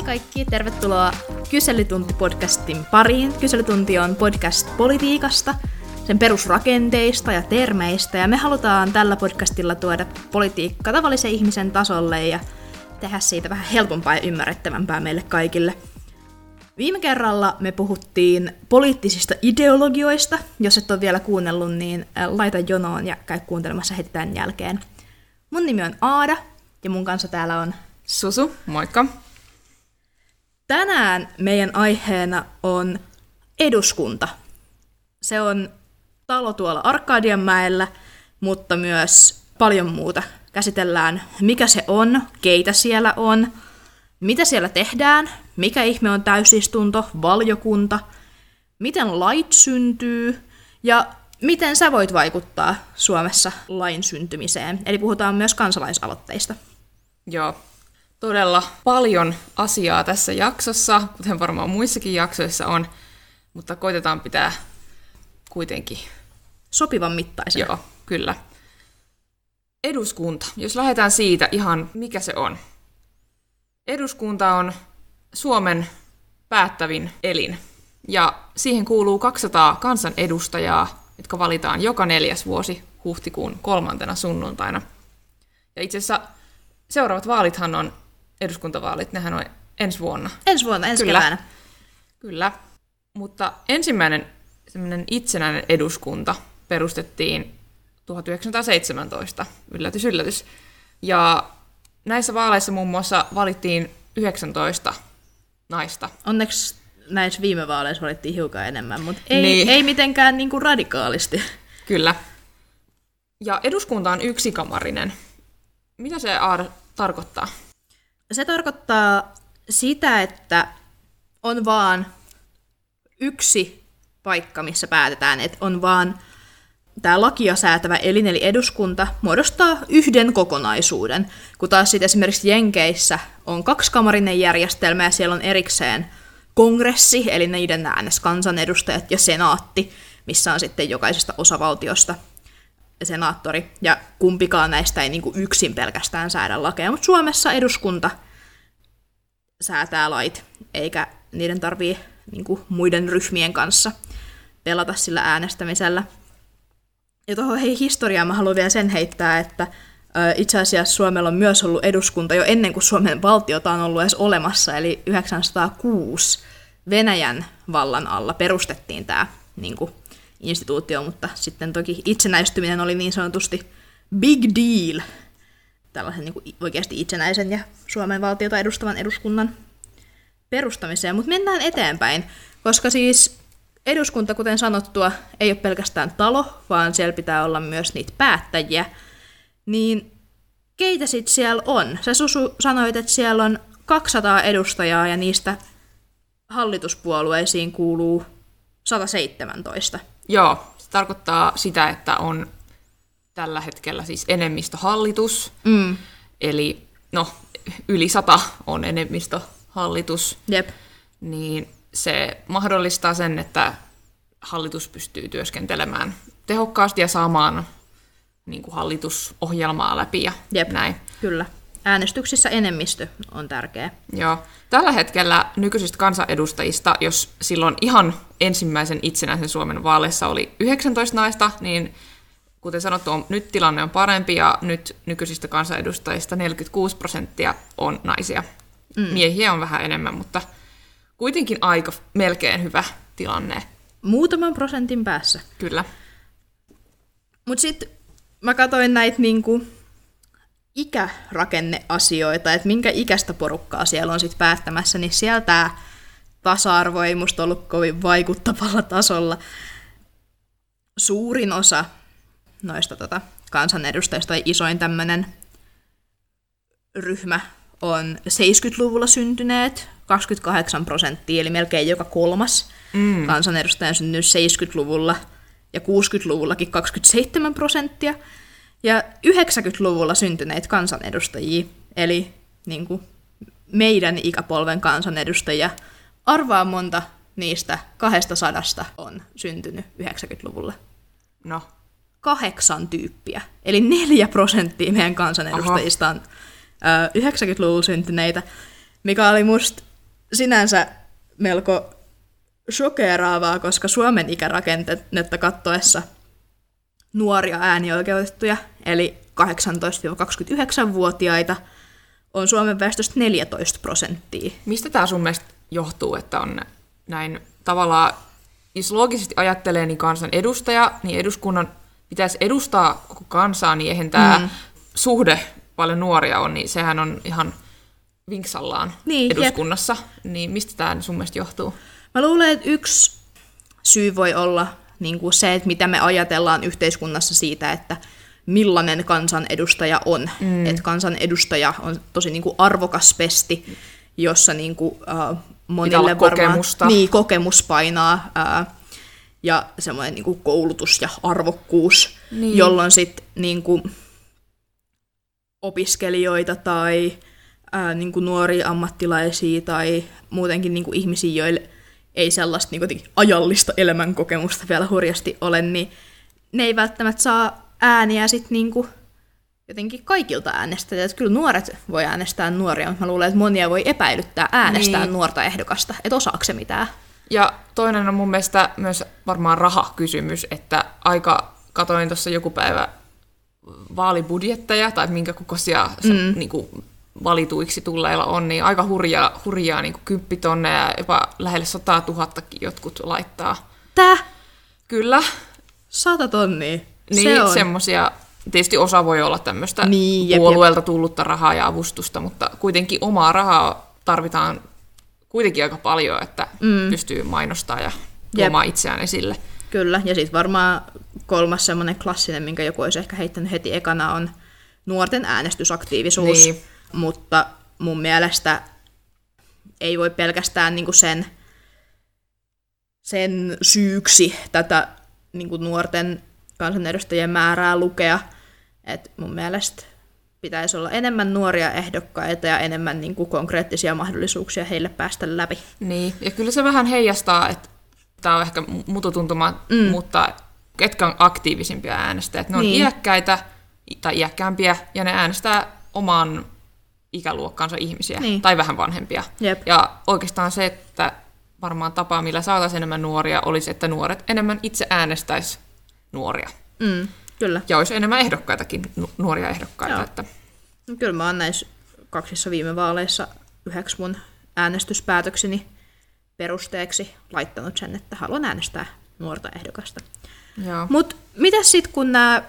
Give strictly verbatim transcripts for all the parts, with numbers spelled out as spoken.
kaikki, tervetuloa Kyselytunti-podcastin pariin. Kyselytunti on podcast politiikasta, sen perusrakenteista ja termeistä, ja me halutaan tällä podcastilla tuoda politiikka tavallisen ihmisen tasolle ja tehdä siitä vähän helpompaa ja ymmärrettävämpää meille kaikille. Viime kerralla me puhuttiin poliittisista ideologioista. Jos et ole vielä kuunnellut, niin laita jonoon ja käy kuuntelemassa heti tämän jälkeen. Mun nimi on Aada, ja mun kanssa täällä on Susu, moikka! Tänään meidän aiheena on eduskunta. Se on talo tuolla Arkadianmäellä, mutta myös paljon muuta. Käsitellään, mikä se on, keitä siellä on, mitä siellä tehdään, mikä ihme on täysistunto, valiokunta, miten lait syntyy ja miten sä voit vaikuttaa Suomessa lain syntymiseen. Eli puhutaan myös kansalaisaloitteista. Joo, todella paljon asiaa tässä jaksossa, kuten varmaan muissakin jaksoissa on, mutta koitetaan pitää kuitenkin sopivan mittaisena. Joo, kyllä. Eduskunta, jos lähdetään siitä ihan, mikä se on. Eduskunta on Suomen päättävin elin, ja siihen kuuluu kaksisataa kansanedustajaa, jotka valitaan joka neljäs vuosi huhtikuun kolmantena sunnuntaina. Ja itse asiassa seuraavat vaalithan on eduskuntavaalit, nehän on ensi vuonna. Ensi vuonna, ensi Kyllä. keväänä. Kyllä, mutta ensimmäinen semmoinen itsenäinen eduskunta perustettiin tuhatyhdeksänsataaseitsemäntoista, yllätys, yllätys. Ja näissä vaaleissa muun muassa valittiin yhdeksäntoista naista. Onneksi näissä viime vaaleissa valittiin hiukan enemmän, mutta ei, niin. ei mitenkään niin kuin radikaalisti. Kyllä. Ja eduskunta on yksikamarinen. Mitä se Aada tarkoittaa? Se tarkoittaa sitä, että on vaan yksi paikka, missä päätetään, että on vaan tämä lakia säätävä elin, eli eduskunta, muodostaa yhden kokonaisuuden, kun taas sitten esimerkiksi Jenkeissä on kaksikamarinen järjestelmä, ja siellä on erikseen kongressi, eli niiden äänes kansanedustajat, ja senaatti, missä on sitten jokaisesta osavaltiosta senaattori, ja kumpikaan näistä ei niin kuin yksin pelkästään säädä lakeja, mutta Suomessa eduskunta säätää lait, eikä niiden tarvii niin kuin muiden ryhmien kanssa pelata sillä äänestämisellä. Ja tuohon hei historiaan mä haluan vielä sen heittää, että ö, itse asiassa Suomella on myös ollut eduskunta jo ennen kuin Suomen valtiota on ollut edes olemassa, eli yhdeksänsataakuusi Venäjän vallan alla perustettiin tämä niin kuin instituutio, mutta sitten toki itsenäistyminen oli niin sanotusti big deal tällaisen niin kuin oikeasti itsenäisen ja Suomen valtiota edustavan eduskunnan perustamiseen. Mutta mennään eteenpäin, koska siis eduskunta, kuten sanottua, ei ole pelkästään talo, vaan siellä pitää olla myös niitä päättäjiä. Niin keitä sitten siellä on? Sä Susu sanoit, että siellä on kaksisataa edustajaa ja niistä hallituspuolueisiin kuuluu sata seitsemäntoista. Joo, se tarkoittaa sitä, että on tällä hetkellä siis enemmistöhallitus. Mm. Eli no, yli sata on enemmistöhallitus. Jep. Niin se mahdollistaa sen, että hallitus pystyy työskentelemään tehokkaasti ja saamaan niin kuin hallitusohjelmaa läpi ja Jep. näin. Kyllä. Äänestyksissä enemmistö on tärkeä. Joo. Tällä hetkellä nykyisistä kansanedustajista, jos silloin ihan ensimmäisen itsenäisen Suomen vaaleissa oli yhdeksäntoista naista, niin kuten sanottu, on, nyt tilanne on parempi ja nyt nykyisistä kansanedustajista neljäkymmentäkuusi prosenttia on naisia. Mm. Miehiä on vähän enemmän, mutta kuitenkin aika melkein hyvä tilanne. Muutaman prosentin päässä. Kyllä. Mutta sitten mä katsoin näitä niinku ikärakenneasioita, että minkä ikäistä porukkaa siellä on sitten päättämässä, niin siellä tämä tasa-arvo ei musta ollut kovin vaikuttavalla tasolla. Suurin osa noista tota, kansanedustajista tai isoin tämmöinen ryhmä on seitsemänkymmentäluvulla syntyneet, kaksikymmentäkahdeksan prosenttia, eli melkein joka kolmas mm. kansanedustaja on syntynyt seitsemänkymmentäluvulla ja kuusikymmentäluvullakin kaksikymmentäseitsemän prosenttia. Ja yhdeksänkymmentäluvulla syntyneitä kansanedustajia, eli niin kuin meidän ikäpolven kansanedustajia, arvaa monta niistä kahdesta sadasta on syntynyt yhdeksänkymmentäluvulla. No. Kahdeksan tyyppiä, eli neljä prosenttia meidän kansanedustajista on ö, yhdeksänkymmentäluvulla syntyneitä, mikä oli musta sinänsä melko shokeeraavaa, koska Suomen ikärakennetta kattoessa nuoria äänioikeutettuja, eli kahdeksantoista–kaksikymmentäyhdeksän-vuotiaita, on Suomen väestöstä neljätoista prosenttia. Mistä tämä sun mielestä johtuu, että on näin tavallaan, jos loogisesti ajattelee, niin kansan edustaja, niin eduskunnan pitäisi edustaa koko kansaa, niin eihän tämä mm. suhde paljon nuoria on, niin sehän on ihan vinksallaan niin, eduskunnassa. Jep. Niin mistä tämä sun mielestä johtuu? Mä luulen, että yksi syy voi olla niin kuin se, että mitä me ajatellaan yhteiskunnassa siitä, että millainen kansanedustaja on. Mm. Että kansanedustaja on tosi niin kuin arvokas pesti, jossa niin kuin, uh, monille varmaan kokemusta. Niin, kokemus painaa uh, ja semmoinen niin kuin koulutus ja arvokkuus, niin. Jolloin sitten niin kuin opiskelijoita tai uh, niin kuin nuoria ammattilaisia tai muutenkin niin kuin ihmisiä, joille ei sellaista niin kuin ajallista elämänkokemusta vielä hurjasti ole, niin ne ei välttämättä saa ääniä sitten niinku jotenkin kaikilta äänestäjiltä. Että kyllä nuoret voi äänestää nuoria, mutta mä luulen, että monia voi epäilyttää äänestää niin. nuorta ehdokasta, että osaako se mitään. Ja toinen on mun mielestä myös varmaan rahakysymys, että aika katoin tuossa joku päivä vaalibudjetteja, tai minkä kokoisia mm. niinku, valituiksi tulleilla on, niin aika hurjaa, hurjaa niinku kymppitonne ja jopa lähelle sata tuhattakin jotkut laittaa. Tää? Kyllä. Sata tonnia. Niin, se on. Semmosia, tietysti osa voi olla tämmöistä niin, jep, puolueelta jep. tullutta rahaa ja avustusta, mutta kuitenkin omaa rahaa tarvitaan kuitenkin aika paljon, että mm. pystyy mainostamaan ja tuomaan itseään esille. Kyllä, ja sitten varmaan kolmas semmoinen klassinen, minkä joku olisi ehkä heittänyt heti ekana, on nuorten äänestysaktiivisuus, niin. Mutta mun mielestä ei voi pelkästään niinku sen, sen syyksi tätä niinku nuorten kansanedustajien määrää lukea. Et mun mielestä pitäisi olla enemmän nuoria ehdokkaita ja enemmän niin kuin konkreettisia mahdollisuuksia heille päästä läpi. Niin, ja kyllä se vähän heijastaa, että tämä on ehkä mututuntuma, mm. mutta ketkä on aktiivisimpia äänestäjät. Ne on niin. iäkkäitä tai iäkkäämpiä, ja ne äänestää oman ikäluokkansa ihmisiä, niin. tai vähän vanhempia. Jep. Ja oikeastaan se, että varmaan tapa, millä saataisiin enemmän nuoria, olisi, että nuoret enemmän itse äänestäisi nuoria. Mm, kyllä. Ja olisi enemmän ehdokkaitakin, nuoria ehdokkaita. Että... No, kyllä mä oon näissä kaksissa viime vaaleissa yhdeksi mun äänestyspäätökseni perusteeksi laittanut sen, että haluan äänestää nuorta ehdokasta. Mutta mitäs sitten, kun nämä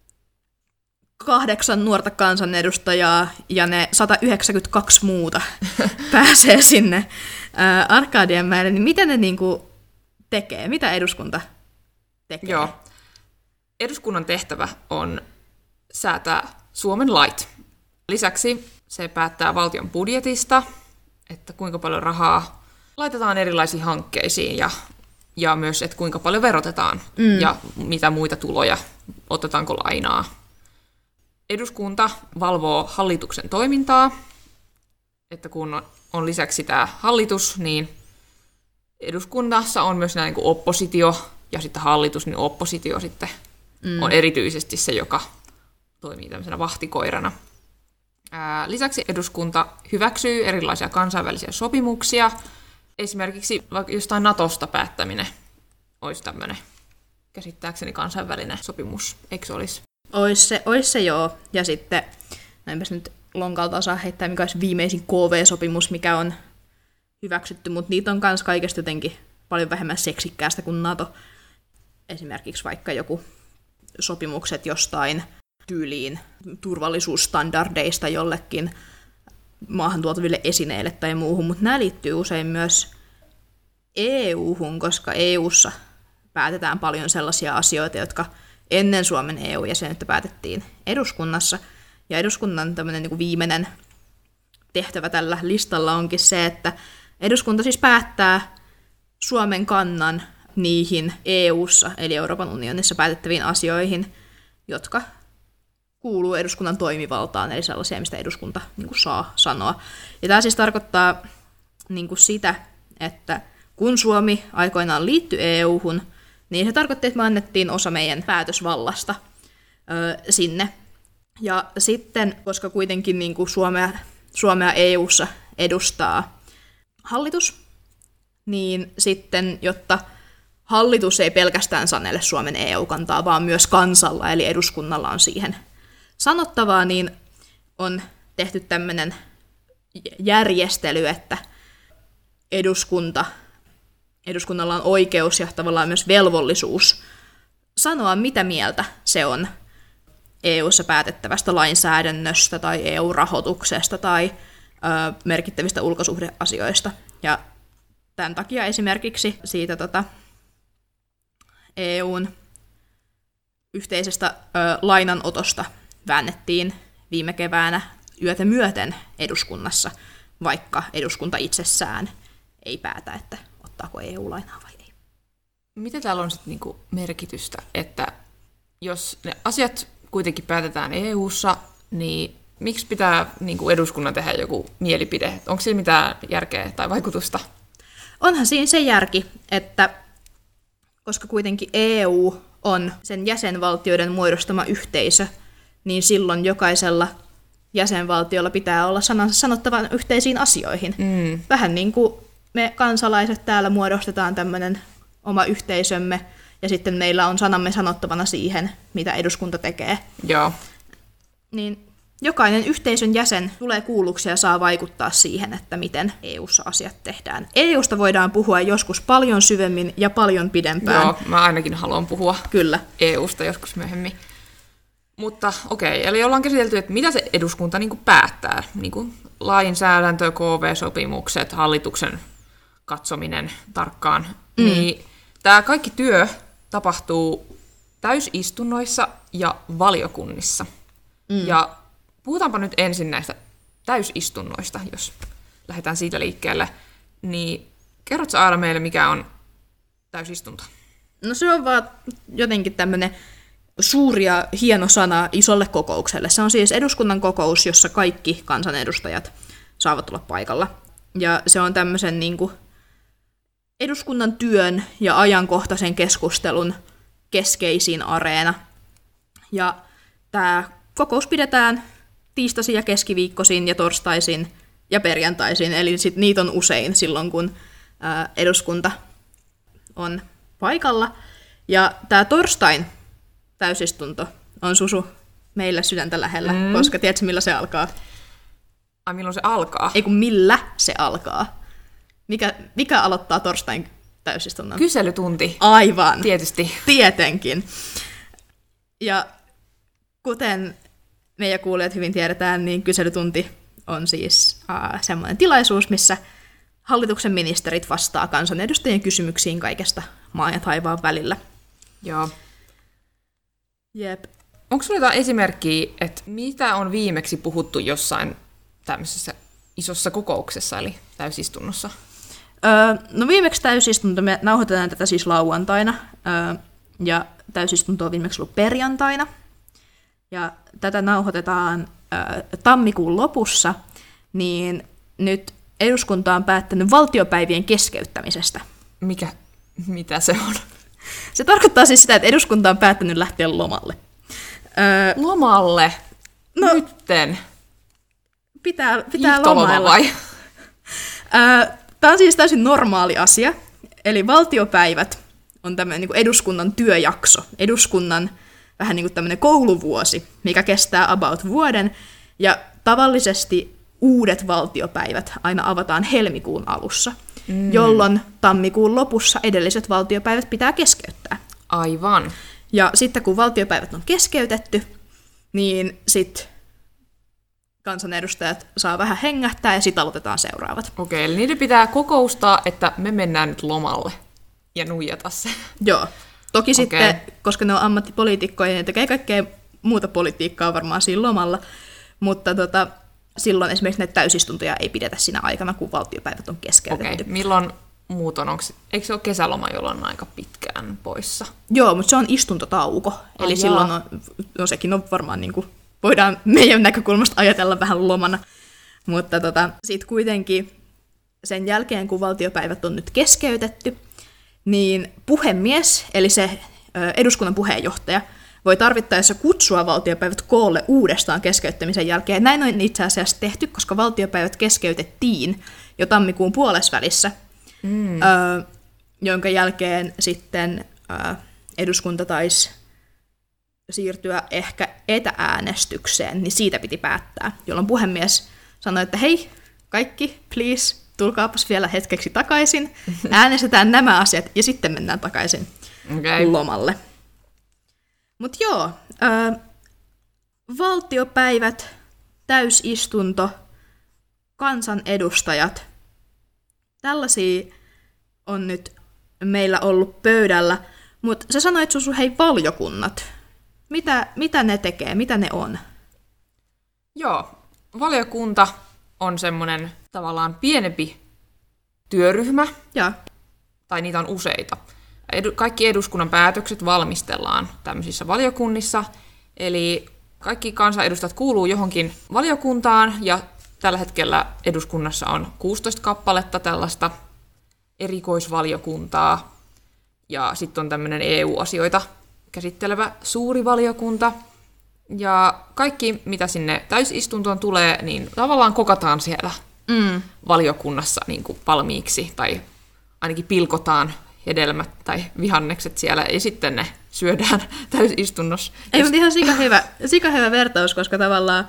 kahdeksan nuorta kansanedustajaa ja ne sata yhdeksänkymmentäkaksi muuta pääsee sinne ää, Arkadianmäelle, niin mitä ne niinku tekee? Mitä eduskunta tekee? Joo. Eduskunnan tehtävä on säätää Suomen lait. Lisäksi se päättää valtion budjetista, että kuinka paljon rahaa laitetaan erilaisiin hankkeisiin ja, ja myös, että kuinka paljon verotetaan mm. ja mitä muita tuloja, otetaanko lainaa. Eduskunta valvoo hallituksen toimintaa, että kun on lisäksi tämä hallitus, niin eduskunnassa on myös näin kuin oppositio ja sitten hallitus, niin oppositio sitten mm. on erityisesti se, joka toimii tämmöisenä vahtikoirana. Ää, lisäksi eduskunta hyväksyy erilaisia kansainvälisiä sopimuksia. Esimerkiksi vaikka jostain Natosta päättäminen olisi tämmöinen käsittääkseni kansainvälinen sopimus, eikö se olisi? Ois se, ois se joo. Ja sitten, näinpäs nyt lonkalta osaa heittää, mikä olisi viimeisin K V-sopimus, mikä on hyväksytty, mutta niitä on myös kaikesta jotenkin paljon vähemmän seksikkäästä kuin NATO. Esimerkiksi vaikka joku sopimukset jostain tyyliin turvallisuusstandardeista jollekin maahan tuotaville esineille tai muuhun, mutta nämä liittyy usein myös E U-hun, koska E U:ssa päätetään paljon sellaisia asioita, jotka ennen Suomen E U-jäsenyyttä päätettiin eduskunnassa. Ja eduskunnan tämmöinen niin kuin viimeinen tehtävä tällä listalla onkin se, että eduskunta siis päättää Suomen kannan niihin E U:ssa, eli Euroopan unionissa päätettäviin asioihin, jotka kuuluu eduskunnan toimivaltaan, eli sellaisia, mistä eduskunta niin kuin saa sanoa. Ja tämä siis tarkoittaa niin kuin sitä, että kun Suomi aikoinaan liittyi E U-hun, niin se tarkoitti, että me annettiin osa meidän päätösvallasta ö, sinne. Ja sitten, koska kuitenkin niin kuin Suomea, Suomea E U:ssa edustaa hallitus, niin sitten, jotta hallitus ei pelkästään sanele Suomen E U-kantaa, vaan myös kansalla, eli eduskunnalla on siihen sanottavaa, niin on tehty tämmöinen järjestely, että eduskunta, eduskunnalla on oikeus ja tavallaan myös velvollisuus sanoa, mitä mieltä se on E U:ssa päätettävästä lainsäädännöstä tai E U-rahoituksesta tai ö, merkittävistä ulkosuhdeasioista. Ja tämän takia esimerkiksi siitä tota, E U:n yhteisestä ö, lainanotosta väännettiin viime keväänä yötä myöten eduskunnassa, vaikka eduskunta itsessään ei päätä, että ottaako E U-lainaa vai ei. Mitä täällä on sitten niinku merkitystä, että jos ne asiat kuitenkin päätetään E U:ssa, niin miksi pitää niinku eduskunnan tehdä joku mielipide? Onko siinä mitään järkeä tai vaikutusta? Onhan siinä se järki, että koska kuitenkin E U on sen jäsenvaltioiden muodostama yhteisö, niin silloin jokaisella jäsenvaltiolla pitää olla sanansa sanottavan yhteisiin asioihin. Mm. Vähän niin kuin me kansalaiset täällä muodostetaan tämmöinen oma yhteisömme, ja sitten meillä on sanamme sanottavana siihen, mitä eduskunta tekee. Joo. Niin jokainen yhteisön jäsen tulee kuulluksi ja saa vaikuttaa siihen, että miten E U:ssa asiat tehdään. E U:sta voidaan puhua joskus paljon syvemmin ja paljon pidempään. Joo, mä ainakin haluan puhua Kyllä. E U:sta joskus myöhemmin. Mutta okei, eli ollaan käsitelty, että mitä se eduskunta niin kuin päättää. Niin kuin lainsäädäntö, K V-sopimukset, hallituksen katsominen tarkkaan. Mm. Niin tämä kaikki työ tapahtuu täysistunnoissa ja valiokunnissa. Mm. Ja puhutaanpa nyt ensin näistä täysistunnoista, jos lähdetään siitä liikkeelle. Niin kerrotko Aada meille, mikä on täysistunto? No se on vaan jotenkin tämmöinen suuri ja hieno sana isolle kokoukselle. Se on siis eduskunnan kokous, jossa kaikki kansanedustajat saavat olla paikalla. Ja se on tämmöisen niin kuin eduskunnan työn ja ajankohtaisen keskustelun keskeisin areena. Ja tämä kokous pidetään tiistaisin ja keskiviikkoisin ja torstaisin ja perjantaisin, eli sit niitä on usein silloin, kun ää, eduskunta on paikalla. Ja tämä torstain täysistunto on Susu meillä sydäntä lähellä, mm. koska tiedätkö millä se alkaa? Ai milloin se alkaa? Ei kun millä se alkaa. Mikä, mikä aloittaa torstain täysistunnon? Kyselytunti. Aivan. Tietysti. Tietenkin. Ja kuten meidän kuulijat hyvin tiedetään, niin kyselytunti on siis äh, semmoinen tilaisuus, missä hallituksen ministerit vastaa kansanedustajien kysymyksiin kaikesta maan ja taivaan välillä. Joo. Jep. Onko sinulla jotain esimerkkiä, että mitä on viimeksi puhuttu jossain tämmöisessä isossa kokouksessa, eli täysistunnossa? Öö, no viimeksi täysistunto, me nauhoitetaan tätä siis lauantaina, öö, ja täysistunto on viimeksi ollut perjantaina. Ja tätä nauhoitetaan öö, tammikuun lopussa, niin nyt eduskunta on päättänyt valtiopäivien keskeyttämisestä. Mikä, mitä se on? Se tarkoittaa siis sitä, että eduskunta on päättänyt lähteä lomalle. Öö, lomalle? No, Nytten? Pitää, pitää lomailla. Vai? Öö, Tämä on siis täysin normaali asia. Eli valtiopäivät on tämmöinen niin kuin eduskunnan työjakso. Eduskunnan vähän niin kuin tämmöinen kouluvuosi, mikä kestää about vuoden. Ja tavallisesti uudet valtiopäivät aina avataan helmikuun alussa, mm. jolloin tammikuun lopussa edelliset valtiopäivät pitää keskeyttää. Aivan. Ja sitten kun valtiopäivät on keskeytetty, niin sitten kansanedustajat saa vähän hengähtää ja sitten aloitetaan seuraavat. Okei, eli niiden pitää kokoustaa, että me mennään nyt lomalle ja nuijata se. Joo. Toki okay. sitten, koska ne on ammattipoliitikkoja, ne tekee kaikkea muuta politiikkaa varmaan siinä lomalla, mutta tota, silloin esimerkiksi näitä täysistuntoja ei pidetä siinä aikana, kun valtiopäivät on keskeytetty. Okei, milloin muuton, onko, eikö se ole kesäloma, jolloin on aika pitkään poissa? Joo, mutta se on istuntotauko, Ai eli jaa. silloin on, no sekin on varmaan, niin kuin, voidaan meidän näkökulmasta ajatella vähän lomana, mutta tota, sitten kuitenkin sen jälkeen, kun valtiopäivät on nyt keskeytetty, niin puhemies, eli se eduskunnan puheenjohtaja, voi tarvittaessa kutsua valtiopäivät koolle uudestaan keskeyttämisen jälkeen. Näin on itse asiassa tehty, koska valtiopäivät keskeytettiin jo tammikuun puolesvälissä, mm. ö, jonka jälkeen sitten ö, eduskunta taisi siirtyä ehkä etäänestykseen, niin siitä piti päättää, jolloin puhemies sanoi, että hei, kaikki, please, tulkaapas vielä hetkeksi takaisin, äänestetään nämä asiat ja sitten mennään takaisin okay. lomalle. Mutta joo, ö, valtiopäivät, täysistunto, kansanedustajat, tällaisia on nyt meillä ollut pöydällä, mutta sä sanoit Susu, hei, valiokunnat. Mitä, mitä ne tekee, mitä ne on? Joo, valiokunta on semmoinen tavallaan pienempi työryhmä, ja. tai niitä on useita. Edu, kaikki eduskunnan päätökset valmistellaan tämmöisissä valiokunnissa, eli kaikki kansanedustajat kuuluu johonkin valiokuntaan, ja tällä hetkellä eduskunnassa on kuusitoista kappaletta tällaista erikoisvaliokuntaa, ja sitten on tämmöinen E U-asioita käsittelevä suuri valiokunta, ja kaikki, mitä sinne täysistuntoon tulee, niin tavallaan kokataan siellä mm. valiokunnassa niin kuin valmiiksi, tai ainakin pilkotaan hedelmät tai vihannekset siellä, ja sitten ne syödään täysistunnossa. Ei, mutta ihan sika hyvä, sika hyvä vertaus, koska tavallaan,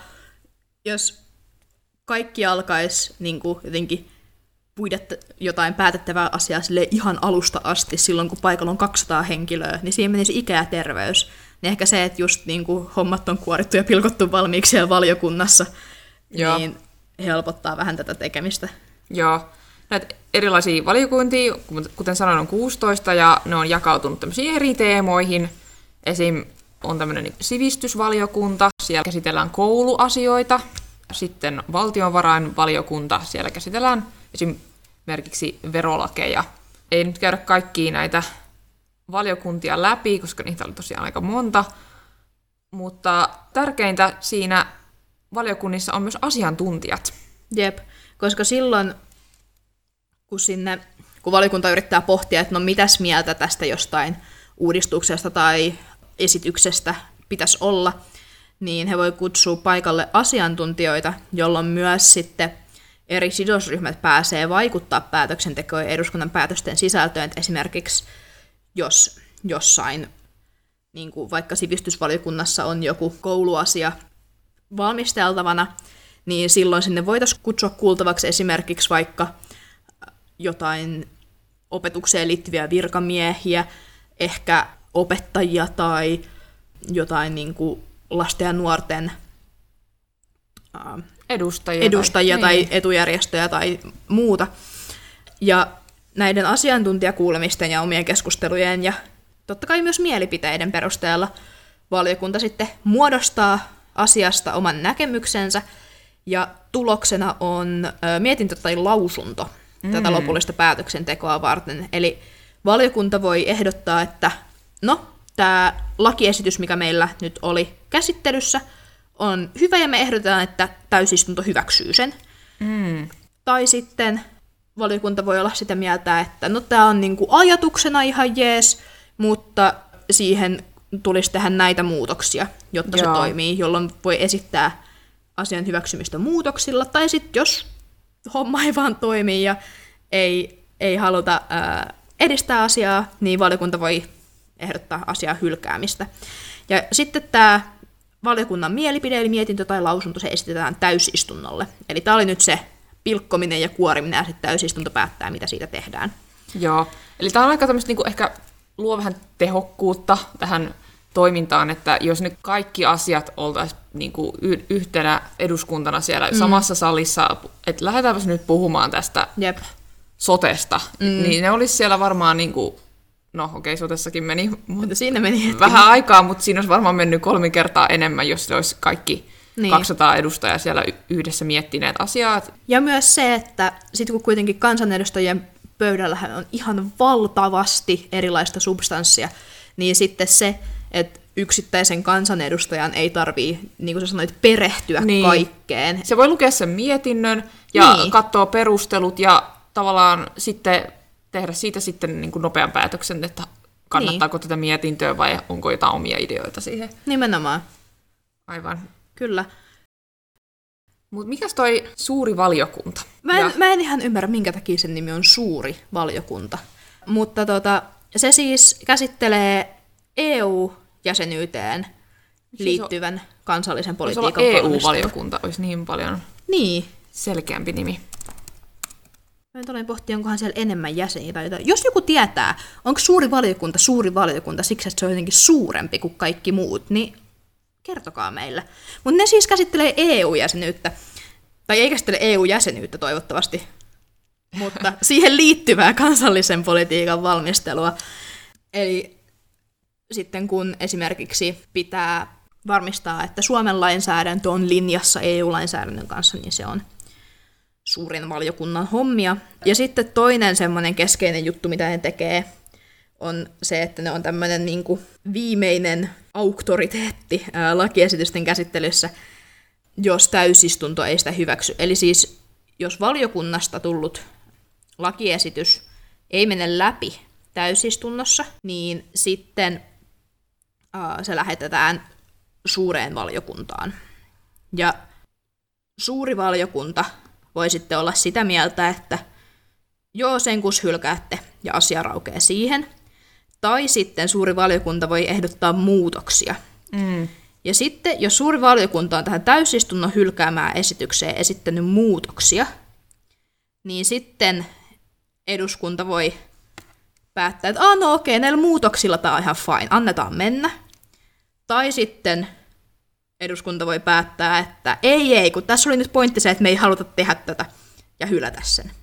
jos kaikki alkaisi niin kuin jotenkin puida jotain päätettävää asiaa sille ihan alusta asti, silloin kun paikalla on kaksisataa henkilöä, niin siihen menisi ikä ja terveys. Niin ehkä se, että just niin kuin hommat on kuorittu ja pilkottu valmiiksi siellä valiokunnassa, Joo. niin helpottaa vähän tätä tekemistä. Joo. Näitä erilaisia valiokuntia, kuten sanoin, on kuusitoista, ja ne on jakautunut tämmöisiin eri teemoihin. Esim. On tämmöinen sivistysvaliokunta, siellä käsitellään kouluasioita. Sitten valtionvarainvaliokunta, siellä käsitellään esimerkiksi verolakeja. Ei nyt käydä kaikkia näitä valiokuntia läpi, koska niitä oli tosiaan aika monta. Mutta tärkeintä siinä valiokunnissa on myös asiantuntijat. Jep, koska silloin, kun, sinne, kun valiokunta yrittää pohtia, että no mitäs mieltä tästä jostain uudistuksesta tai esityksestä pitäisi olla, niin he voi kutsua paikalle asiantuntijoita, jolloin myös sitten eri sidosryhmät pääsee vaikuttaa päätöksentekoon ja eduskunnan päätösten sisältöön. Et esimerkiksi jos jossain, niin kuin vaikka sivistysvaliokunnassa on joku kouluasia valmisteltavana, niin silloin sinne voitaisiin kutsua kuultavaksi esimerkiksi vaikka jotain opetukseen liittyviä virkamiehiä, ehkä opettajia tai jotain niin kuin lasten ja nuorten uh, edustajia, edustajia tai, tai, niin. tai etujärjestöjä tai muuta. Ja näiden asiantuntijakuulemisten ja omien keskustelujen ja totta kai myös mielipiteiden perusteella valiokunta sitten muodostaa asiasta oman näkemyksensä, ja tuloksena on ö, mietintö tai lausunto mm. tätä lopullista päätöksentekoa varten. Eli valiokunta voi ehdottaa, että no, tämä lakiesitys, mikä meillä nyt oli käsittelyssä, on hyvä ja me ehdotetaan, että täysistunto hyväksyy sen. Mm. Tai sitten valiokunta voi olla sitä mieltä, että no tämä on niinku ajatuksena ihan jees, mutta siihen tulisi tehdä näitä muutoksia, jotta Joo. se toimii, jolloin voi esittää asian hyväksymistä muutoksilla. Tai sitten jos homma ei vaan toimi ja ei, ei haluta ää, edistää asiaa, niin valiokunta voi ehdottaa asiaa hylkäämistä. Ja sitten tämä valiokunnan mielipide, eli mietintö tai lausunto, se esitetään täysistunnolle. Eli tämä oli nyt se pilkkominen ja kuoriminen, ja sitten täysistunto päättää, mitä siitä tehdään. Joo, eli tämä on aika tämmöistä niinku ehkä luo vähän tehokkuutta tähän toimintaan, että jos nyt kaikki asiat oltaisiin niinku y- yhtenä eduskuntana siellä mm. samassa salissa, että lähdetäänpäs nyt puhumaan tästä Jep. sotesta, mm. niin ne olisi siellä varmaan niinku no okei, okay, sotessakin meni, mutta siinä meni vähän aikaa, mutta siinä olisi varmaan mennyt kolme kertaa enemmän, jos se olisi kaikki niin. kaksisataa edustajaa siellä yhdessä miettineet asiaa. Ja myös se, että sitten kun kuitenkin kansanedustajien pöydällähän on ihan valtavasti erilaista substanssia, niin sitten se, että yksittäisen kansanedustajan ei tarvitse, niin kuin sä sanoit, perehtyä niin. kaikkeen. Se voi lukea sen mietinnön ja niin. katsoa perustelut ja tavallaan sitten tehdä siitä sitten niin kuin nopean päätöksen, että kannattaako niin. tätä mietintöä vai onko jotain omia ideoita siihen. Nimenomaan. Aivan. Kyllä. Mutta mikäs toi suuri valiokunta? Mä en, ja... mä en ihan ymmärrä, minkä takia sen nimi on suuri valiokunta. Mutta tota, se siis käsittelee E U-jäsenyyteen liittyvän siis on... kansallisen politiikan E U-valiokunta olisi niin paljon niin. selkeämpi nimi. Mä nyt olen pohtia, onkohan siellä enemmän jäseniä tai jotain. Jos joku tietää, onko suuri valiokunta suuri valiokunta siksi, että se on jotenkin suurempi kuin kaikki muut, niin kertokaa meille. Mutta ne siis käsittelee E U-jäsenyyttä. Tai ei käsittele E U-jäsenyyttä toivottavasti, mutta siihen liittyvää kansallisen politiikan valmistelua. Eli sitten kun esimerkiksi pitää varmistaa, että Suomen lainsäädäntö on linjassa E U-lainsäädännön kanssa, niin se on suurin valiokunnan hommia. Ja sitten toinen semmoinen keskeinen juttu, mitä ne tekee, on se, että ne on tämmöinen niin kuin viimeinen auktoriteetti ää, lakiesitysten käsittelyssä, jos täysistunto ei sitä hyväksy. Eli siis jos valiokunnasta tullut lakiesitys ei mene läpi täysistunnossa, niin sitten ää, se lähetetään suureen valiokuntaan. Ja suuri valiokunta voi sitten olla sitä mieltä, että joo, sen kus hylkäätte ja asia raukeaa siihen. Tai sitten suuri valiokunta voi ehdottaa muutoksia. Mm. Ja sitten, jos suuri valiokunta on tähän täysistunnon hylkäämään esitykseen esittänyt muutoksia, niin sitten eduskunta voi päättää, että ah, no okei, näillä muutoksilla tämä on ihan fine, annetaan mennä. Tai sitten eduskunta voi päättää, että ei, ei, kun tässä oli nyt pointti se, että me ei haluta tehdä tätä ja hylätä sen.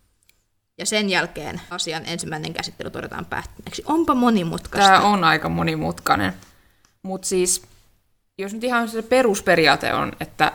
Ja sen jälkeen asian ensimmäinen käsittely todetaan päättyneeksi. Onpa monimutkaista. Tämä on aika monimutkainen. Mutta siis, jos nyt ihan se perusperiaate on, että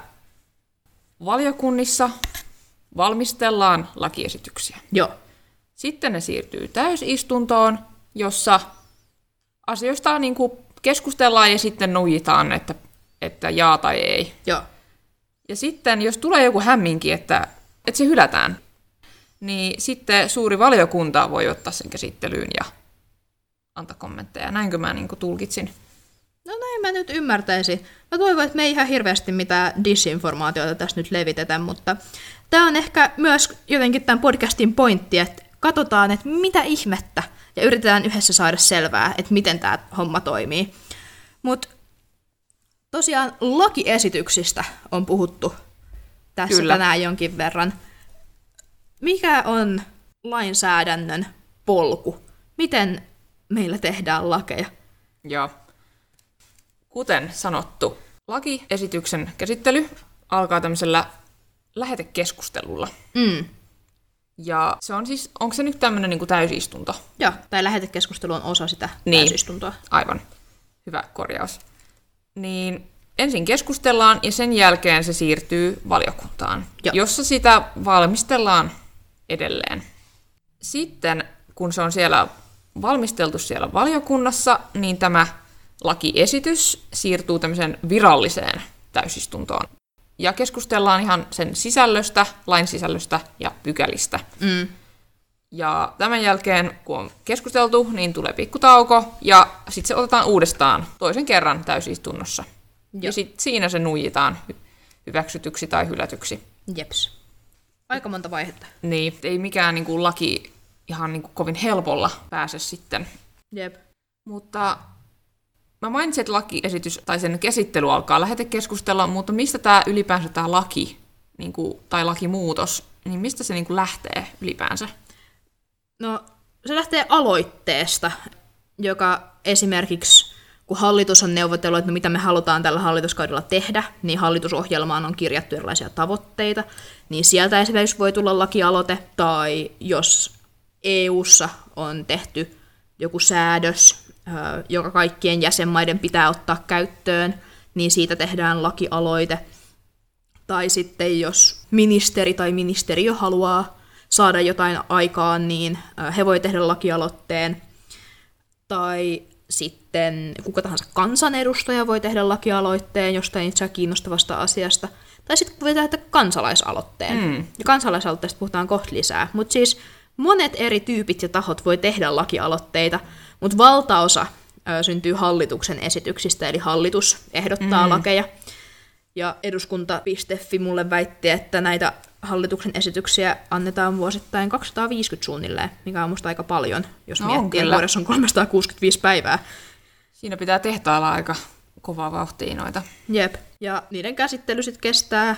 valiokunnissa valmistellaan lakiesityksiä. Joo. Sitten ne siirtyy täysistuntoon, jossa asioista niin kuin keskustellaan ja sitten nujitaan, että, että jaa tai ei. Joo. Ja sitten, jos tulee joku hämminki, että, että se hylätään, niin sitten suuri valiokunta voi ottaa sen käsittelyyn ja antaa kommentteja. Näinkö mä niin kuin tulkitsin? No näin mä nyt ymmärtäisin. Mä toivon, että me ei ihan hirveästi mitään disinformaatiota tässä nyt levitetä, mutta tämä on ehkä myös jotenkin tämän podcastin pointti, että katsotaan, että mitä ihmettä, ja yritetään yhdessä saada selvää, että miten tämä homma toimii. Mutta tosiaan lakiesityksistä on puhuttu tässä Kyllä. tänään jonkin verran. Mikä on lainsäädännön polku? Miten meillä tehdään lakeja? Joo. Kuten sanottu, lakiesityksen käsittely alkaa tämmöisellä lähetekeskustelulla. Mm. Ja se on siis, onko se nyt tämmöinen niin kuin täysistunto? Joo, tai lähetekeskustelu on osa sitä niin, täysistuntoa. Aivan. Hyvä korjaus. Niin ensin keskustellaan ja sen jälkeen se siirtyy valiokuntaan, Joo. jossa sitä valmistellaan edelleen. Sitten kun se on siellä valmisteltu siellä valiokunnassa, niin tämä lakiesitys siirtyy tämmöiseen viralliseen täysistuntoon. Ja keskustellaan ihan sen sisällöstä, lain sisällöstä ja pykälistä. Mm. Ja tämän jälkeen, kun on keskusteltu, niin tulee pikkutauko ja sitten se otetaan uudestaan toisen kerran täysistunnossa. Joo. Ja sitten siinä se nuijitaan hyväksytyksi tai hylätyksi. Jeps. Aika monta vaihetta. Niin, ei mikään niin kuin laki ihan niin kuin kovin helpolla pääse sitten. Jep. Mutta mä mainitsin, että lakiesitys tai sen käsittely alkaa lähetekeskustella, mutta mistä tämä ylipäänsä tämä laki niin kuin, tai lakimuutos, niin mistä se niin kuin lähtee ylipäänsä? No, se lähtee aloitteesta, joka esimerkiksi, kun hallitus on neuvotellut, että no mitä me halutaan tällä hallituskaudella tehdä, niin hallitusohjelmaan on kirjattu erilaisia tavoitteita, niin sieltä esimerkiksi voi tulla lakialoite, tai jos E U:ssa on tehty joku säädös, joka kaikkien jäsenmaiden pitää ottaa käyttöön, niin siitä tehdään lakialoite. Tai sitten jos ministeri tai ministeriö haluaa saada jotain aikaan, niin he voi tehdä lakialoitteen. Tai sitten kuka tahansa kansanedustaja voi tehdä lakialoitteen jostain itseään kiinnostavasta asiasta. Tai sitten voi tehdä kansalaisaloitteen. Mm. Ja kansalaisaloitteesta puhutaan kohta lisää. Mutta siis monet eri tyypit ja tahot voi tehdä lakialoitteita, Mutta valtaosa ö, syntyy hallituksen esityksistä, eli hallitus ehdottaa mm. lakeja. Ja eduskunta piste fi mulle väitti, että näitä hallituksen esityksiä annetaan vuosittain kaksisataaviisikymmentä suunnilleen, mikä on musta aika paljon, jos no, miettii, että vuodessa on kolmesataakuusikymmentäviisi päivää. Siinä pitää tehtailla aika kovaa vauhtia noita. Jep, ja niiden käsittely sitten kestää,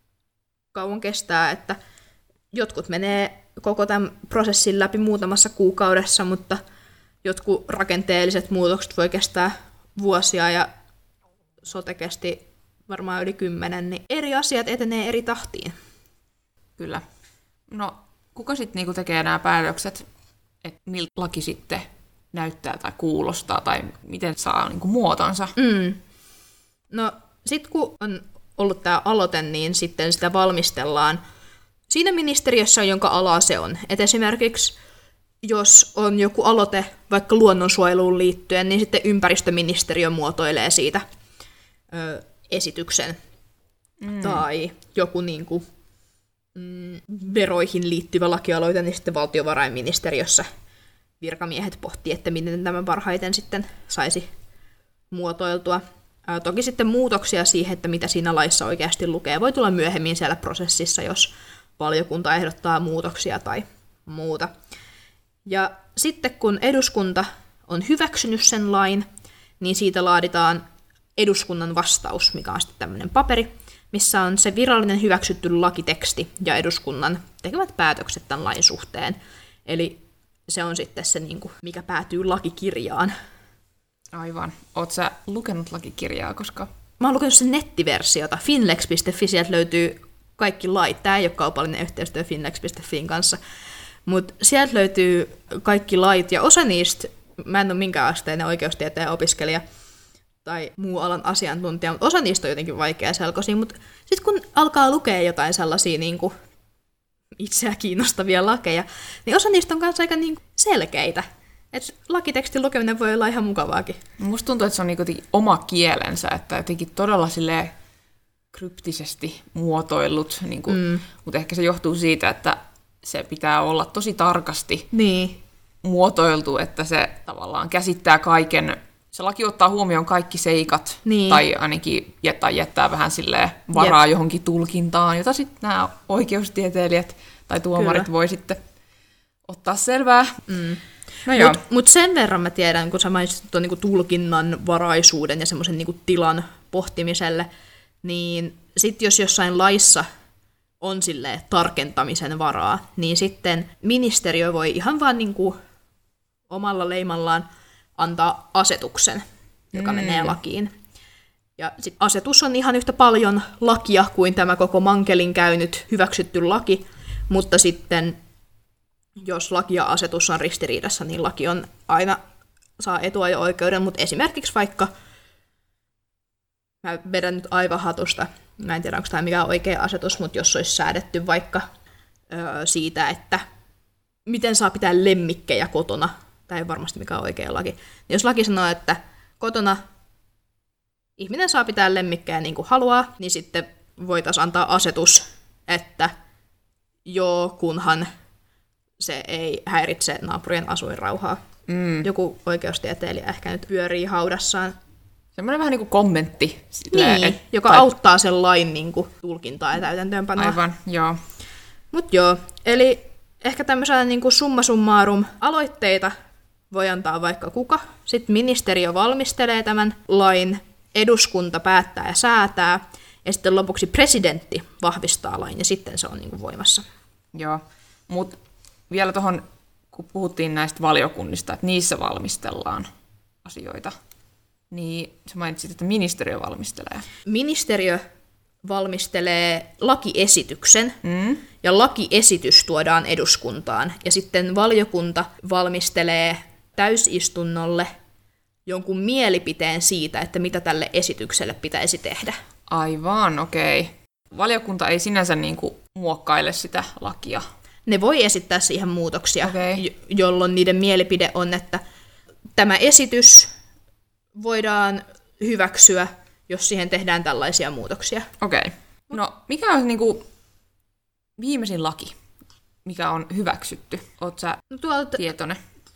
kauan kestää, että jotkut menee koko tämän prosessin läpi muutamassa kuukaudessa, mutta jotkut rakenteelliset muutokset voi kestää vuosia, ja sote kesti varmaan yli kymmenen, niin eri asiat etenee eri tahtiin. Kyllä. No, kuka sitten niinku tekee nämä päätökset, että miltä laki sitten näyttää tai kuulostaa, tai miten saa niinku muotonsa? Mm. No, sitten kun on ollut tämä aloite, niin sitten sitä valmistellaan siinä ministeriössä, jonka alaa se on. Et esimerkiksi jos on joku aloite vaikka luonnonsuojeluun liittyen, niin sitten ympäristöministeriö muotoilee siitä ö, esityksen. Mm. Tai joku niin kuin, mm, veroihin liittyvä lakialoite, niin sitten valtiovarainministeriössä virkamiehet pohtii, että miten tämä parhaiten sitten saisi muotoiltua. Ää, toki sitten muutoksia siihen, että mitä siinä laissa oikeasti lukee, voi tulla myöhemmin siellä prosessissa, jos valiokunta ehdottaa muutoksia tai muuta. Ja sitten kun eduskunta on hyväksynyt sen lain, niin siitä laaditaan eduskunnan vastaus, mikä on sitten tämmöinen paperi, missä on se virallinen hyväksytty lakiteksti ja eduskunnan tekemät päätökset tämän lain suhteen. Eli se on sitten se, mikä päätyy lakikirjaan. Aivan. Ootko sä lukenut lakikirjaa, koska... Mä oon lukenut sen nettiversiota. Finlex piste fi, sieltä löytyy kaikki lait. Tää ei ole kaupallinen yhteistyö Finlex piste fin kanssa. Mutta sieltä löytyy kaikki lait, ja osa niistä, mä en ole minkään asteinen oikeustieteen opiskelija tai muu alan asiantuntija, mutta osa niistä on jotenkin vaikea selkoisia, mutta sitten kun alkaa lukea jotain sellaisia niin kuin itseä kiinnostavia lakeja, niin osa niistä on myös aika niin kuin selkeitä. Et lakitekstin lukeminen voi olla ihan mukavaakin. Musta tuntuu, että se on niin oma kielensä, että jotenkin todella silleen kryptisesti muotoillut, niin kuin, mm. mutta ehkä se johtuu siitä, että se pitää olla tosi tarkasti niin muotoiltu, että se tavallaan käsittää kaiken, se laki ottaa huomioon kaikki seikat, niin. tai ainakin jättää, jättää vähän silleen varaa Jep. johonkin tulkintaan, jota sitten nämä oikeustieteilijät tai tuomarit Kyllä. voi sitten ottaa selvää. Mm. No Mutta mut sen verran mä tiedän, kun sä mainitsit tuon niinku tulkinnan varaisuuden ja semmoisen niinku tilan pohtimiselle, niin sitten jos jossain laissa on silleen tarkentamisen varaa, niin sitten ministeriö voi ihan vaan niinku omalla leimallaan antaa asetuksen, joka mm. menee lakiin. Ja sit asetus on ihan yhtä paljon lakia kuin tämä koko mankelin käynyt hyväksytty laki, mutta sitten jos laki ja asetus on ristiriidassa, niin laki on aina saa etua ja oikeuden, mutta esimerkiksi vaikka, mä vedän nyt aivan hatusta, mä en tiedä onko tämä mikään oikea asetus, mutta jos olisi säädetty vaikka ö, siitä, että miten saa pitää lemmikkejä kotona, tämä ei varmasti mikään oikea laki, niin jos laki sanoo, että kotona ihminen saa pitää lemmikkejä niin kuin haluaa, niin sitten voitaisiin antaa asetus, että joo, kunhan se ei häiritse naapurien asuinrauhaa. Mm. Joku oikeustieteilijä ehkä nyt pyörii haudassaan. Semmoinen vähän niin kuin kommentti. Silleen, niin, et, joka tai... auttaa sen lain niin kuin, tulkintaa ja täytäntöönpanoa. Aivan, joo. Mut joo, eli ehkä tämmöisellä niin kuin summa summarum aloitteita voi antaa vaikka kuka. Sitten ministeriö valmistelee tämän lain, eduskunta päättää ja säätää, ja sitten lopuksi presidentti vahvistaa lain, ja sitten se on niin kuin voimassa. Joo, mutta vielä tuohon, kun puhuttiin näistä valiokunnista, että niissä valmistellaan asioita, niin sä mainitsit, että ministeriö valmistelee. Ministeriö valmistelee lakiesityksen, mm. ja lakiesitys tuodaan eduskuntaan, ja sitten valiokunta valmistelee täysistunnolle jonkun mielipiteen siitä, että mitä tälle esitykselle pitäisi tehdä. Aivan, okei. Okay. Valiokunta ei sinänsä niin kuin muokkaile sitä lakia. Ne voi esittää siihen muutoksia, okay. jolloin niiden mielipide on, että tämä esitys voidaan hyväksyä, jos siihen tehdään tällaisia muutoksia. Okei. Okay. No, mikä on niin kuin viimeisin laki, mikä on hyväksytty? Oletko sä no tuolta, tietoinen?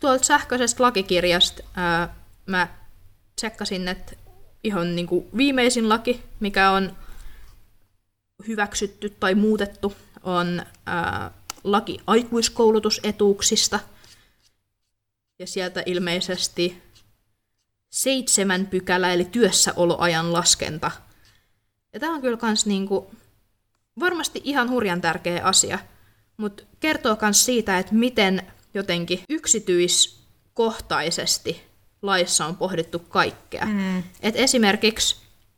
tuolta sähköisestä lakikirjasta ää, mä tsekkasin, että ihan niin kuin viimeisin laki, mikä on hyväksytty tai muutettu, on ää, laki aikuiskoulutusetuuksista. Ja sieltä ilmeisesti seitsemän pykälä, eli työssäoloajan laskenta. Ja tämä on kyllä kans niinku, varmasti ihan hurjan tärkeä asia, mutta kertoo myös siitä, että miten jotenkin yksityiskohtaisesti laissa on pohdittu kaikkea. Mm. Et esimerkiksi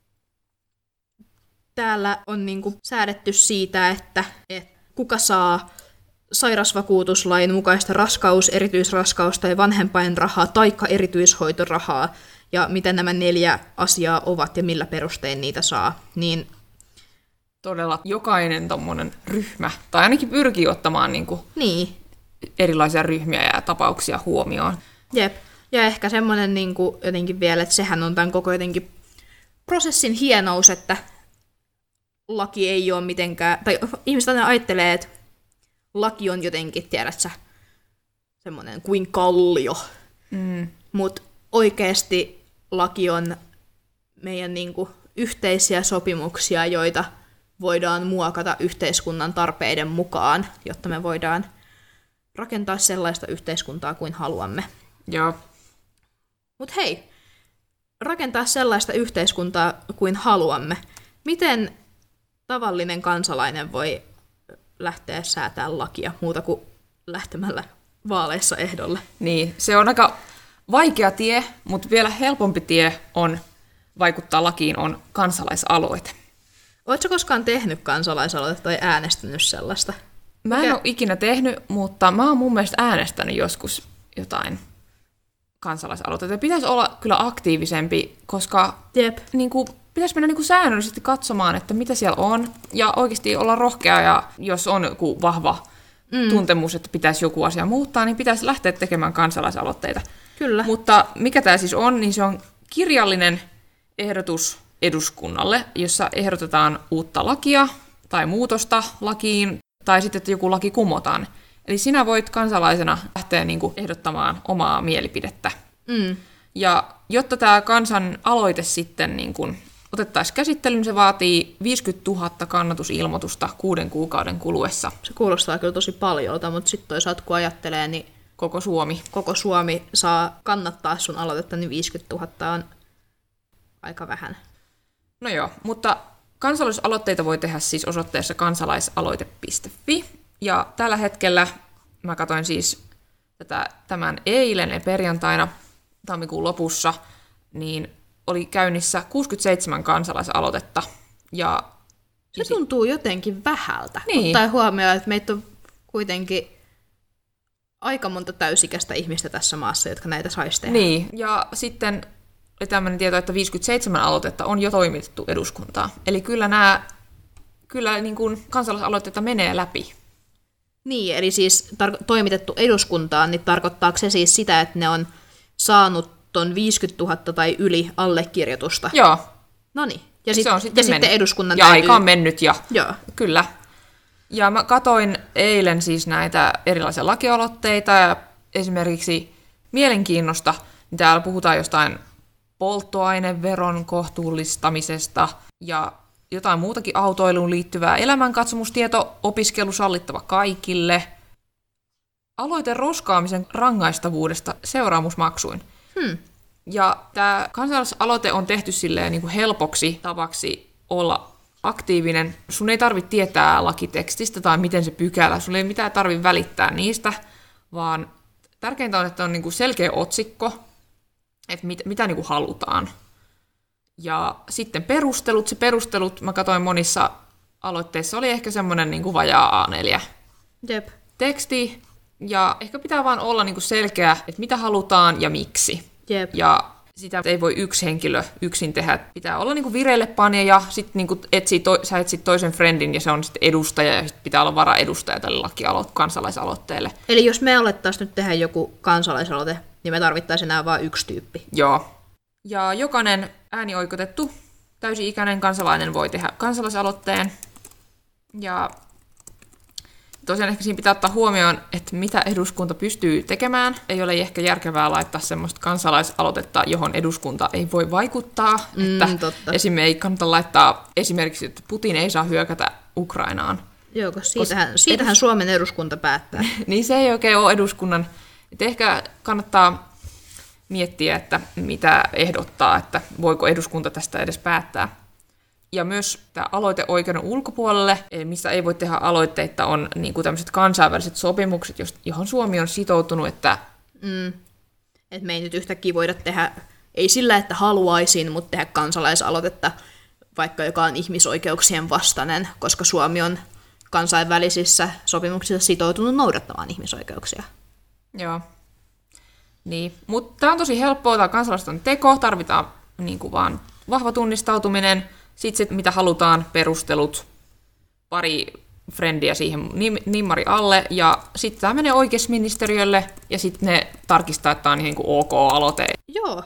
täällä on niinku säädetty siitä, että et kuka saa sairausvakuutuslain mukaista raskaus, erityisraskaus tai vanhempainrahaa taikka erityishoitorahaa, ja miten nämä neljä asiaa ovat ja millä perustein niitä saa, niin todella jokainen tommonen ryhmä, tai ainakin pyrkii ottamaan niinku niin. erilaisia ryhmiä ja tapauksia huomioon. Jep, ja ehkä semmoinen niinku jotenkin vielä, että sehän on tämän koko jotenkin prosessin hienous, että laki ei ole mitenkään, tai ihmiset aina ajattelee, että laki on jotenkin, tiedät sä, semmoinen kuin kallio. Mm. Mutta oikeasti laki on meidän niinku yhteisiä sopimuksia, joita voidaan muokata yhteiskunnan tarpeiden mukaan, jotta me voidaan rakentaa sellaista yhteiskuntaa kuin haluamme. Joo. Mut hei, rakentaa sellaista yhteiskuntaa kuin haluamme. Miten tavallinen kansalainen voi lähteä säätämään lakia muuta kuin lähtemällä vaaleissa ehdolle? Niin, se on aika vaikea tie, mutta vielä helpompi tie on vaikuttaa lakiin on kansalaisaloite. Oletko koskaan tehnyt kansalaisaloitetta tai äänestänyt sellaista? Mä en Mikä? ole ikinä tehnyt, mutta mä oon mun mielestä äänestänyt joskus jotain kansalaisaloitetta. Pitäisi olla kyllä aktiivisempi, koska Jep. niin kuin, pitäisi mennä niin kuin säännöllisesti katsomaan, että mitä siellä on, ja oikeasti olla rohkea, ja jos on joku vahva mm. tuntemus, että pitäisi joku asia muuttaa, niin pitäisi lähteä tekemään kansalaisaloitteita. Kyllä. Mutta mikä tämä siis on, niin se on kirjallinen ehdotus eduskunnalle, jossa ehdotetaan uutta lakia tai muutosta lakiin, tai sitten, että joku laki kumotaan. Eli sinä voit kansalaisena lähteä niin kuin ehdottamaan omaa mielipidettä. Mm. Ja jotta tämä kansan aloite sitten niin kuin otettaisiin käsittelyyn, se vaatii viisikymmentätuhatta kannatusilmoitusta kuuden kuukauden kuluessa. Se kuulostaa kyllä tosi paljolta, mutta sitten toisaalta kun ajattelee, niin koko Suomi. Koko Suomi saa kannattaa sun aloitetta, niin viisikymmentätuhatta on aika vähän. No joo, mutta kansalaisaloitteita voi tehdä siis osoitteessa kansalaisaloite piste fi. Ja tällä hetkellä, mä katsoin siis tätä tämän eilen ja perjantaina tammikuun lopussa, niin oli käynnissä kuusikymmentäseitsemän kansalaisaloitetta. Ja se tuntuu jotenkin vähältä, niin. Ottaen huomioon, että meitä on kuitenkin aika monta täysikäistä ihmistä tässä maassa, jotka näitä saisi tehdä. Niin, ja sitten oli tämmöinen tieto, että viisikymmentäseitsemän aloitetta on jo toimitettu eduskuntaan. Eli kyllä nämä kyllä niin kuin kansalaisaloitteita menee läpi. Niin, eli siis tar- toimitettu eduskuntaan, niin tarkoittaako se siis sitä, että ne on saanut ton viisikymmentätuhatta tai yli allekirjoitusta? Joo. Noniin. Ja, sit, se on sitten, ja sitten eduskunnan ja täytyy... aika on mennyt, ja Joo. Kyllä. Ja mä katoin eilen siis näitä erilaisia lakialoitteita, ja esimerkiksi mielenkiinnosta, niin täällä puhutaan jostain polttoaineveron kohtuullistamisesta, ja jotain muutakin autoiluun liittyvää elämänkatsomustieto, opiskelu sallittava kaikille, aloite roskaamisen rangaistavuudesta seuraamusmaksuin. Hmm. Ja tämä kansalaisaloite on tehty silleen niin kuin helpoksi tavaksi olla aktiivinen. Sun ei tarvitse tietää lakitekstistä tai miten se pykälä, sun ei mitään tarvitse välittää niistä, vaan tärkeintä on, että on niin kuin selkeä otsikko, että mit, mitä niin kuin halutaan. Ja sitten perustelut, se perustelut, mä katsoin monissa aloitteissa, oli ehkä semmoinen niin kuin vajaa A neljä Jep. teksti, ja ehkä pitää vaan olla niin kuin selkeä, että mitä halutaan ja miksi. Jep. Ja sitä ei voi yksi henkilö yksin tehdä. Pitää olla niin kuin vireillepanja, ja sitten niin etsii to, sä etsit toisen friendin, ja se on sitten edustaja, ja sit pitää olla varaedustaja tälle lakialo- kansalaisaloitteelle. Eli jos me alettaisiin nyt tehdä joku kansalaisaloite, niin me tarvittaisiin enää vain yksi tyyppi. Joo. Ja jokainen äänioikeutettu täysi-ikäinen kansalainen voi tehdä kansalaisaloitteen. Ja Tosiaan ehkä siinä pitää ottaa huomioon, että mitä eduskunta pystyy tekemään. Ei ole ehkä järkevää laittaa semmoista kansalaisaloitetta, johon eduskunta ei voi vaikuttaa. Mm, että totta. Esimerkiksi ei kannata laittaa esimerkiksi, että Putin ei saa hyökätä Ukrainaan. Joo, koska siitähän, siitähän edus... Suomen eduskunta päättää. Niin se ei oikein ole eduskunnan. Että ehkä kannattaa miettiä, että mitä ehdottaa, että voiko eduskunta tästä edes päättää. Ja myös tämä aloiteoikeuden ulkopuolelle, missä ei voi tehdä aloitteita, on niin kuin tämmöiset kansainväliset sopimukset, johon Suomi on sitoutunut, että... Mm. Et me ei nyt yhtäkkiä voida tehdä, ei sillä, että haluaisin, mutta tehdä kansalaisaloitetta, vaikka joka on ihmisoikeuksien vastainen, koska Suomi on kansainvälisissä sopimuksissa sitoutunut noudattamaan ihmisoikeuksia. Joo. Niin, mutta tämä on tosi helppoa, tämä kansalaisten teko, tarvitaan niin kuin vaan vahva tunnistautuminen, sitten se, mitä halutaan, perustelut, pari frendiä siihen nimmari alle, ja sitten tämä menee oikeusministeriölle, ja sitten ne tarkistaa, että tämä on niin kuin ok-aloite. Joo.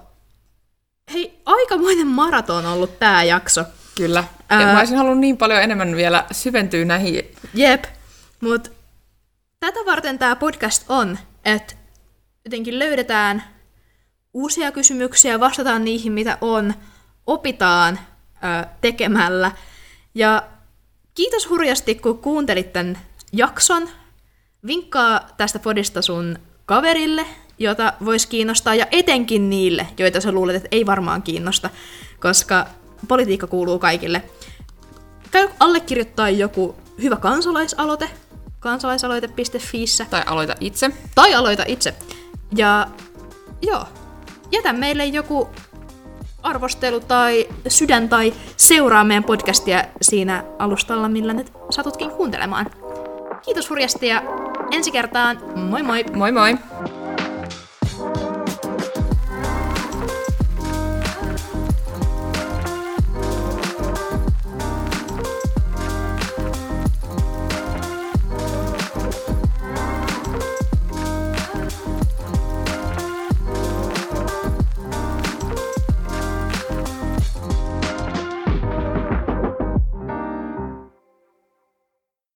Hei, aikamoinen maraton on ollut tämä jakso. Kyllä. Ää... Mä olisin halunnut niin paljon enemmän vielä syventyä näihin. Jep, mutta tätä varten tämä podcast on, että jotenkin löydetään uusia kysymyksiä, vastataan niihin, mitä on, opitaan ö, tekemällä. Ja kiitos hurjasti, kun kuuntelit tämän jakson. Vinkkaa tästä podista sun kaverille, jota voisi kiinnostaa, ja etenkin niille, joita sä luulet, että ei varmaan kiinnosta, koska politiikka kuuluu kaikille. Käy allekirjoittaa joku hyvä kansalaisaloite, kansalaisaloite piste fiissä. Tai aloita itse. Tai aloita itse. Ja joo, jätä meille joku arvostelu tai sydän tai seuraa meidän podcastia siinä alustalla, millä nyt satutkin kuuntelemaan. Kiitos hurjasti ja ensi kertaan, moi moi! Moi moi!